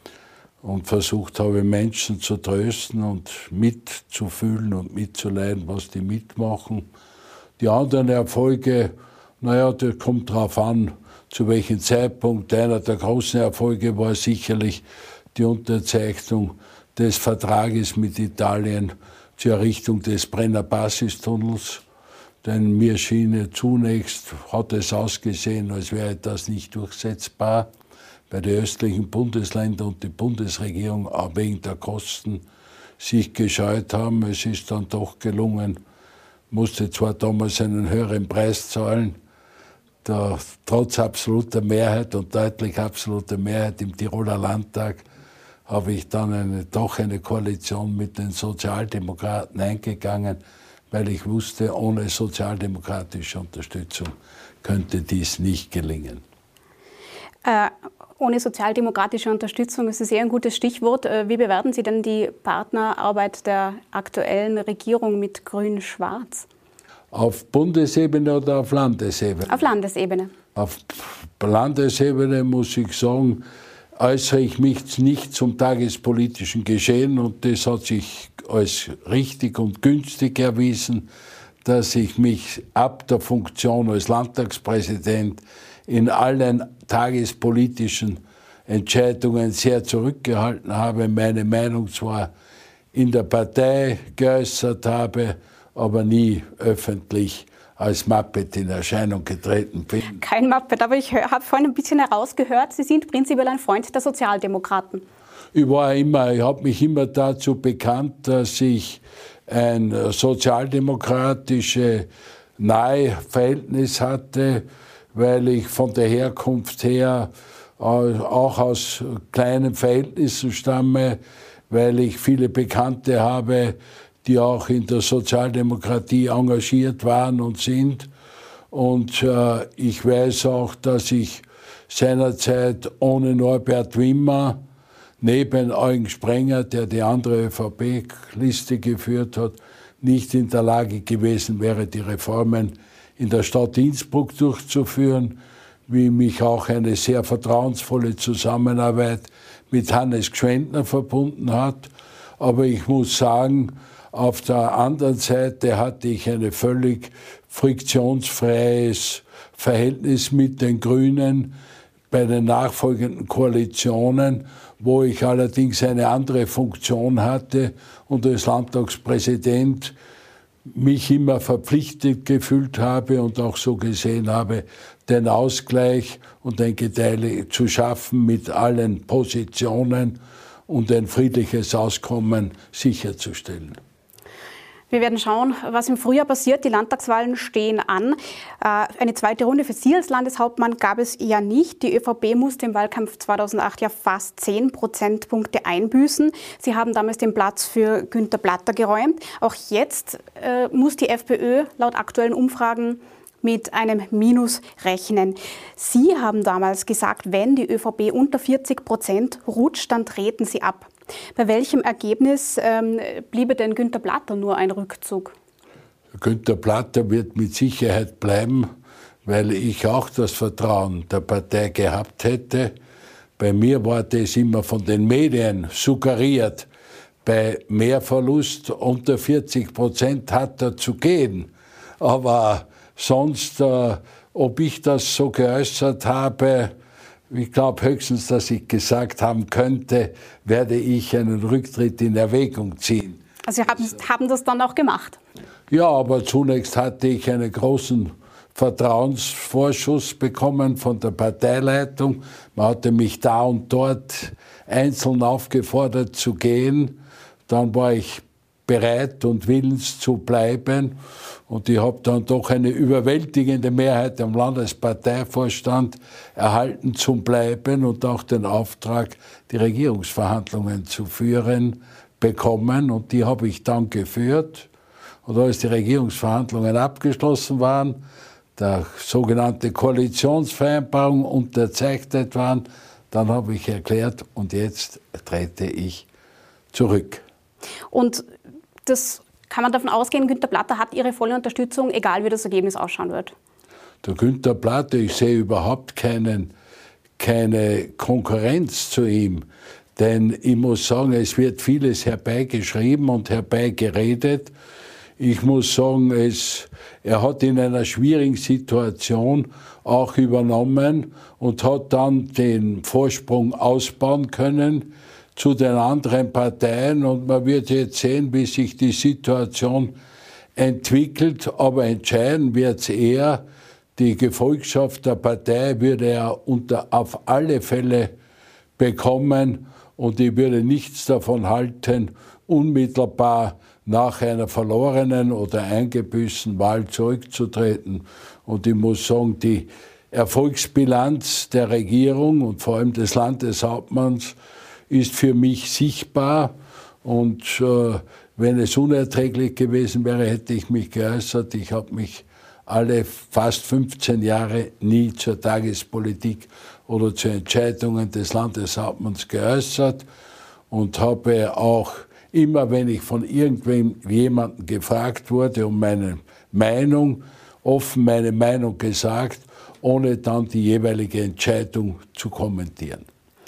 Speaker 5: und versucht habe, Menschen zu trösten und mitzufühlen und mitzuleiden, was die mitmachen. Die anderen Erfolge, naja, das kommt darauf an, zu welchem Zeitpunkt. Einer der großen Erfolge war sicherlich die Unterzeichnung des Vertrages mit Italien zur Errichtung des Brenner Basistunnels. Denn mir schien zunächst, hat es ausgesehen, als wäre das nicht durchsetzbar, weil die östlichen Bundesländer und die Bundesregierung auch wegen der Kosten sich gescheut haben. Es ist dann doch gelungen, musste zwar damals einen höheren Preis zahlen, da, trotz absoluter Mehrheit und deutlich absoluter Mehrheit im Tiroler Landtag habe ich dann eine, doch eine Koalition mit den Sozialdemokraten eingegangen, weil ich wusste, ohne sozialdemokratische Unterstützung könnte dies nicht gelingen.
Speaker 2: Äh, ohne sozialdemokratische Unterstützung, das ist eher ein gutes Stichwort. Wie bewerten Sie denn die Partnerarbeit der aktuellen Regierung mit Grün-Schwarz?
Speaker 5: Auf Bundesebene oder auf Landesebene?
Speaker 2: Auf Landesebene.
Speaker 5: Auf Landesebene muss ich sagen, äußere ich mich nicht zum tagespolitischen Geschehen und das hat sich als richtig und günstig erwiesen, dass ich mich ab der Funktion als Landtagspräsident in allen tagespolitischen Entscheidungen sehr zurückgehalten habe, meine Meinung zwar in der Partei geäußert habe, aber nie öffentlich als Muppet in Erscheinung getreten bin.
Speaker 2: Kein Muppet, aber ich habe vorhin ein bisschen herausgehört, Sie sind prinzipiell ein Freund der Sozialdemokraten.
Speaker 5: Ich war immer, ich habe mich immer dazu bekannt, dass ich ein sozialdemokratisches nahe Verhältnis hatte, weil ich von der Herkunft her auch aus kleinen Verhältnissen stamme, weil ich viele Bekannte habe, die auch in der Sozialdemokratie engagiert waren und sind. Und äh, ich weiß auch, dass ich seinerzeit ohne Norbert Wimmer, neben Eugen Sprenger, der die andere ÖVP-Liste geführt hat, nicht in der Lage gewesen wäre, die Reformen in der Stadt Innsbruck durchzuführen, wie mich auch eine sehr vertrauensvolle Zusammenarbeit mit Hannes Gschwendtner verbunden hat. Aber ich muss sagen, auf der anderen Seite hatte ich ein völlig friktionsfreies Verhältnis mit den Grünen bei den nachfolgenden Koalitionen, wo ich allerdings eine andere Funktion hatte und als Landtagspräsident mich immer verpflichtet gefühlt habe und auch so gesehen habe, den Ausgleich und ein Geteile zu schaffen mit allen Positionen und ein friedliches Auskommen sicherzustellen.
Speaker 2: Wir werden schauen, was im Frühjahr passiert. Die Landtagswahlen stehen an. Eine zweite Runde für Sie als Landeshauptmann gab es ja nicht. Die ÖVP musste im Wahlkampf zweitausendacht ja fast zehn Prozentpunkte einbüßen. Sie haben damals den Platz für Günther Platter geräumt. Auch jetzt äh, muss die FPÖ laut aktuellen Umfragen mit einem Minus rechnen. Sie haben damals gesagt, wenn die ÖVP unter vierzig Prozent rutscht, dann treten Sie ab. Bei welchem Ergebnis ähm, bliebe denn Günther Platter nur ein Rückzug?
Speaker 5: Günther Platter wird mit Sicherheit bleiben, weil ich auch das Vertrauen der Partei gehabt hätte. Bei mir war das immer von den Medien suggeriert. Bei Mehrverlust unter vierzig Prozent hat er zu gehen. Aber sonst, äh, ob ich das so geäußert habe, ich glaube höchstens, dass ich gesagt haben könnte, werde ich einen Rücktritt in Erwägung ziehen.
Speaker 2: Also Sie haben, haben das dann auch gemacht?
Speaker 5: Ja, aber zunächst hatte ich einen großen Vertrauensvorschuss bekommen von der Parteileitung. Man hatte mich da und dort einzeln aufgefordert zu gehen. Dann war ich bereit und willens zu bleiben. Und ich habe dann doch eine überwältigende Mehrheit am Landesparteivorstand erhalten zum Bleiben und auch den Auftrag, die Regierungsverhandlungen zu führen, bekommen. Und die habe ich dann geführt. Und als die Regierungsverhandlungen abgeschlossen waren, der sogenannte Koalitionsvereinbarung unterzeichnet waren, dann habe ich erklärt, und jetzt trete ich zurück.
Speaker 2: Und das kann man davon ausgehen, Günther Platter hat Ihre volle Unterstützung, egal wie das Ergebnis ausschauen wird?
Speaker 5: Der Günther Platter, ich sehe überhaupt keinen, keine Konkurrenz zu ihm. Denn ich muss sagen, es wird vieles herbeigeschrieben und herbeigeredet. Ich muss sagen, es, er hat in einer schwierigen Situation auch übernommen und hat dann den Vorsprung ausbauen können zu den anderen Parteien. Und man wird jetzt sehen, wie sich die Situation entwickelt. Aber entscheiden wird es eher, die Gefolgschaft der Partei würde er unter, auf alle Fälle bekommen. Und ich würde nichts davon halten, unmittelbar nach einer verlorenen oder eingebüßten Wahl zurückzutreten. Und ich muss sagen, die Erfolgsbilanz der Regierung und vor allem des Landeshauptmanns ist für mich sichtbar. Und äh, wenn es unerträglich gewesen wäre, hätte ich mich geäußert. Ich habe mich alle fast fünfzehn Jahre nie zur Tagespolitik oder zu Entscheidungen des Landeshauptmanns geäußert und habe auch immer, wenn ich von irgendwem jemandem gefragt wurde, um meine Meinung, offen meine Meinung gesagt, ohne dann die jeweilige Entscheidung zu kommentieren.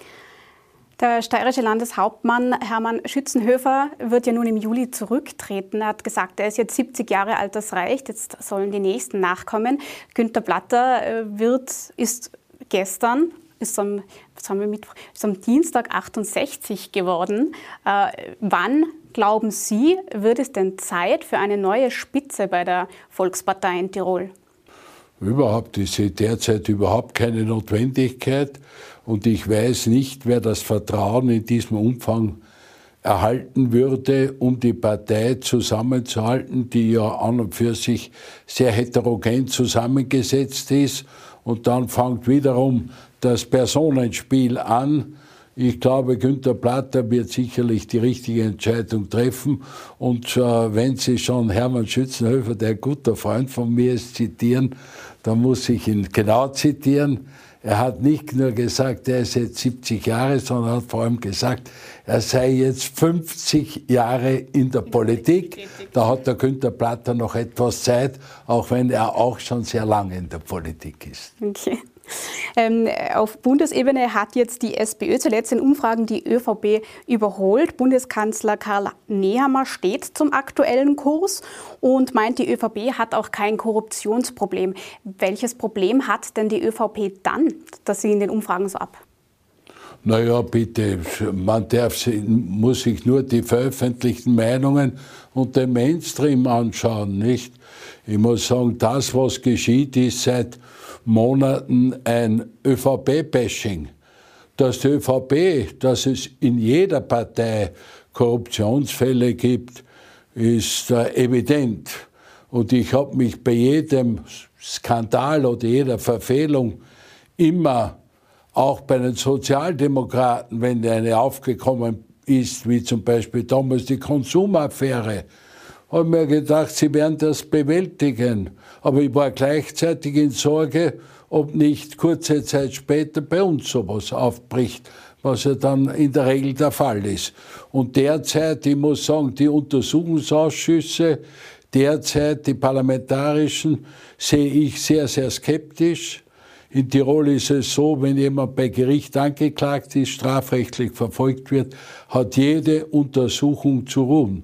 Speaker 2: Der steirische Landeshauptmann Hermann Schützenhöfer wird ja nun im Juli zurücktreten. Er hat gesagt, er ist jetzt siebzig Jahre alt, das reicht, jetzt sollen die Nächsten nachkommen. Günther Platter wird, ist gestern, ist am, was haben wir mit, ist am Dienstag achtundsechzig geworden. Äh, wann, glauben Sie, wird es denn Zeit für eine neue Spitze bei der Volkspartei in Tirol?
Speaker 5: Überhaupt, ich sehe derzeit überhaupt keine Notwendigkeit und ich weiß nicht, wer das Vertrauen in diesem Umfang erhalten würde, um die Partei zusammenzuhalten, die ja an und für sich sehr heterogen zusammengesetzt ist. Und dann fängt wiederum das Personenspiel an. Ich glaube, Günther Platter wird sicherlich die richtige Entscheidung treffen. Und äh, wenn Sie schon Hermann Schützenhöfer, der ein guter Freund von mir ist, zitieren, dann muss ich ihn genau zitieren. Er hat nicht nur gesagt, er ist jetzt siebzig Jahre, sondern hat vor allem gesagt, er sei jetzt fünfzig Jahre in der Politik. Da hat der Günther Platter noch etwas Zeit, auch wenn er auch schon sehr lange in der Politik ist.
Speaker 2: Okay. Ähm, auf Bundesebene hat jetzt die SPÖ zuletzt in Umfragen die ÖVP überholt. Bundeskanzler Karl Nehammer steht zum aktuellen Kurs und meint, die ÖVP hat auch kein Korruptionsproblem. Welches Problem hat denn die ÖVP dann, dass sie in den Umfragen so ab?
Speaker 5: Naja, bitte, man darf, muss sich nur die veröffentlichten Meinungen und den Mainstream anschauen, nicht? Ich muss sagen, das, was geschieht, ist seit Monaten ein ÖVP-Bashing. Dass die ÖVP, dass es in jeder Partei Korruptionsfälle gibt, ist äh, evident. Und ich habe mich bei jedem Skandal oder jeder Verfehlung immer, auch bei den Sozialdemokraten, wenn eine aufgekommen ist, wie zum Beispiel damals die Konsumaffäre, habe mir gedacht, sie werden das bewältigen. Aber ich war gleichzeitig in Sorge, ob nicht kurze Zeit später bei uns sowas aufbricht, was ja dann in der Regel der Fall ist. Und derzeit, ich muss sagen, die Untersuchungsausschüsse, derzeit die parlamentarischen, sehe ich sehr, sehr skeptisch. In Tirol ist es so, wenn jemand bei Gericht angeklagt ist, strafrechtlich verfolgt wird, hat jede Untersuchung zu ruhen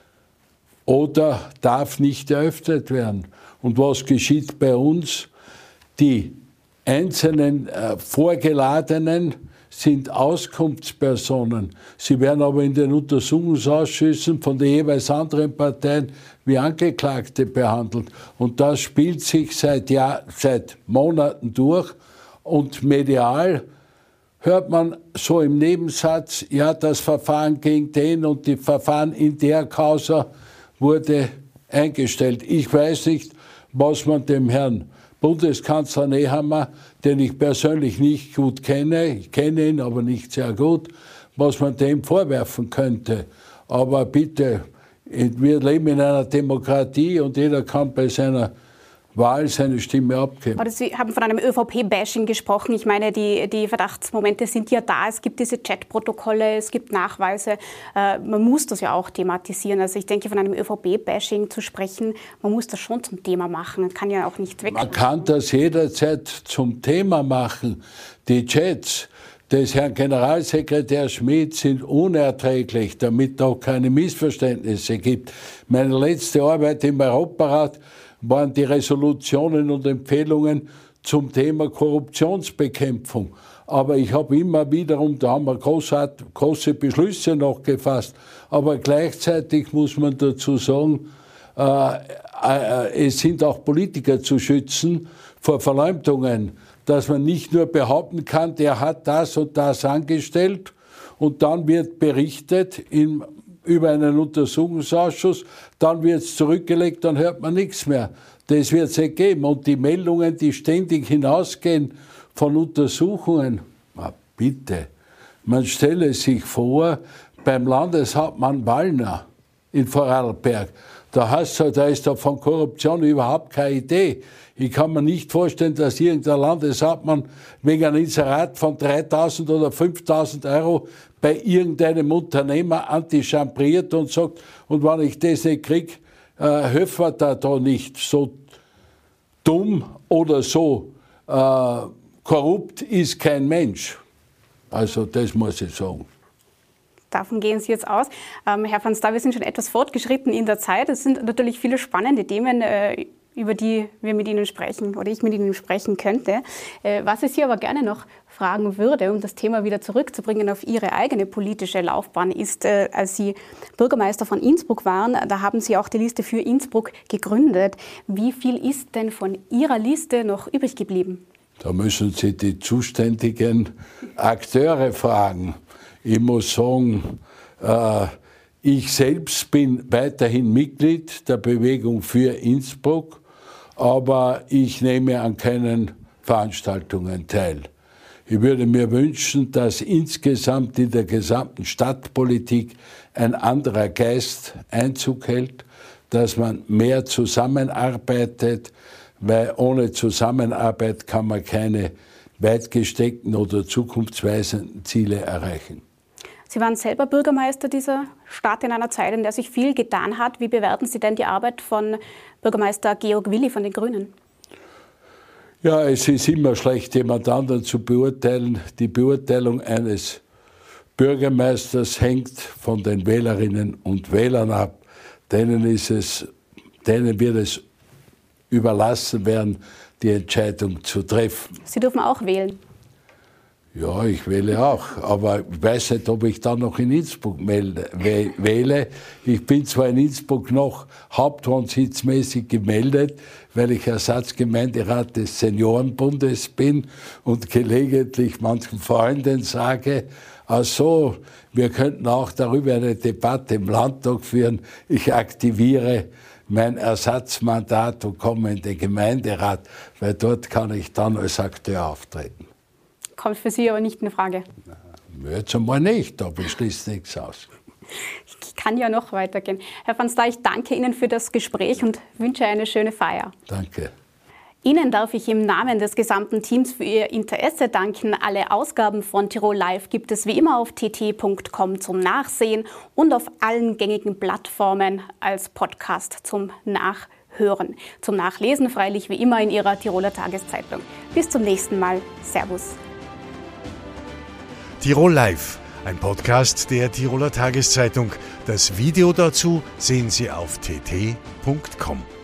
Speaker 5: oder darf nicht eröffnet werden. Und was geschieht bei uns? Die einzelnen äh, Vorgeladenen sind Auskunftspersonen. Sie werden aber in den Untersuchungsausschüssen von den jeweils anderen Parteien wie Angeklagte behandelt. Und das spielt sich seit, Jahr, seit Monaten durch. Und medial hört man so im Nebensatz, ja, das Verfahren gegen den und die Verfahren in der Causa wurde eingestellt. Ich weiß nicht, was man dem Herrn Bundeskanzler Nehammer, den ich persönlich nicht gut kenne, ich kenne ihn aber nicht sehr gut, was man dem vorwerfen könnte. Aber bitte, wir leben in einer Demokratie und jeder kann bei seiner Wahl seine Stimme abgeben.
Speaker 2: Aber Sie haben von einem ÖVP-Bashing gesprochen. Ich meine, die, die Verdachtsmomente sind ja da. Es gibt diese Chatprotokolle, es gibt Nachweise. Äh, man muss das ja auch thematisieren. Also ich denke, von einem ÖVP-Bashing zu sprechen, man muss das schon zum Thema machen. Man kann ja auch nicht weg.
Speaker 5: Man kann das jederzeit zum Thema machen. Die Chats des Herrn Generalsekretär Schmidt sind unerträglich, damit auch keine Missverständnisse gibt. Meine letzte Arbeit im Europarat waren die Resolutionen und Empfehlungen zum Thema Korruptionsbekämpfung. Aber ich habe immer wiederum, da haben wir großart, große Beschlüsse noch gefasst, aber gleichzeitig muss man dazu sagen, äh, äh, es sind auch Politiker zu schützen vor Verleumdungen, dass man nicht nur behaupten kann, der hat das und das angestellt und dann wird berichtet im über einen Untersuchungsausschuss, dann wird es zurückgelegt, dann hört man nichts mehr. Das wird es nicht geben. Und die Meldungen, die ständig hinausgehen von Untersuchungen, na bitte, man stelle sich vor, beim Landeshauptmann Wallner in Vorarlberg, da heißt es, da ist da von Korruption überhaupt keine Idee. Ich kann mir nicht vorstellen, dass irgendein Landeshauptmann wegen einem Inserat von dreitausend oder fünftausend Euro bei irgendeinem Unternehmer antichambriert und sagt, und wenn ich das nicht kriege, äh, helfen wir da, da nicht. So dumm oder so äh, korrupt ist kein Mensch. Also das muss ich sagen.
Speaker 2: Davon gehen Sie jetzt aus. Ähm, Herr van Sta, wir sind schon etwas fortgeschritten in der Zeit. Es sind natürlich viele spannende Themen, äh, über die wir mit Ihnen sprechen oder ich mit Ihnen sprechen könnte. Äh, was ich Sie aber gerne noch fragen würde, um das Thema wieder zurückzubringen auf Ihre eigene politische Laufbahn, ist, äh, als Sie Bürgermeister von Innsbruck waren, da haben Sie auch die Liste für Innsbruck gegründet. Wie viel ist denn von Ihrer Liste noch übrig geblieben?
Speaker 5: Da müssen Sie die zuständigen Akteure fragen. Ich muss sagen, äh, ich selbst bin weiterhin Mitglied der Bewegung für Innsbruck, aber ich nehme an keinen Veranstaltungen teil. Ich würde mir wünschen, dass insgesamt in der gesamten Stadtpolitik ein anderer Geist Einzug hält, dass man mehr zusammenarbeitet, weil ohne Zusammenarbeit kann man keine weit gesteckten oder zukunftsweisenden Ziele erreichen.
Speaker 2: Sie waren selber Bürgermeister dieser Stadt in einer Zeit, in der sich viel getan hat. Wie bewerten Sie denn die Arbeit von Bürgermeister Georg Willi von den Grünen?
Speaker 5: Ja, es ist immer schlecht, jemand anderen zu beurteilen. Die Beurteilung eines Bürgermeisters hängt von den Wählerinnen und Wählern ab. Denen, ist es, denen wird es überlassen werden, die Entscheidung zu treffen.
Speaker 2: Sie dürfen auch wählen.
Speaker 5: Ja, ich wähle auch, aber ich weiß nicht, ob ich dann noch in Innsbruck melde, wähle. Ich bin zwar in Innsbruck noch hauptwohnsitzmäßig gemeldet, weil ich Ersatzgemeinderat des Seniorenbundes bin und gelegentlich manchen Freunden sage, ach so, wir könnten auch darüber eine Debatte im Landtag führen. Ich aktiviere mein Ersatzmandat und komme in den Gemeinderat, weil dort kann ich dann als Akteur auftreten.
Speaker 2: Kommt für Sie aber nicht in Frage.
Speaker 5: Jetzt einmal nicht, aber ich schließe nichts aus.
Speaker 2: Ich kann ja noch weitergehen. Herr van Staar, ich danke Ihnen für das Gespräch und wünsche eine schöne Feier.
Speaker 5: Danke.
Speaker 2: Ihnen darf ich im Namen des gesamten Teams für Ihr Interesse danken. Alle Ausgaben von Tirol Live gibt es wie immer auf t t punkt com zum Nachsehen und auf allen gängigen Plattformen als Podcast zum Nachhören. Zum Nachlesen freilich wie immer in Ihrer Tiroler Tageszeitung. Bis zum nächsten Mal. Servus.
Speaker 1: Tirol Live, ein Podcast der Tiroler Tageszeitung. Das Video dazu sehen Sie auf t t punkt com.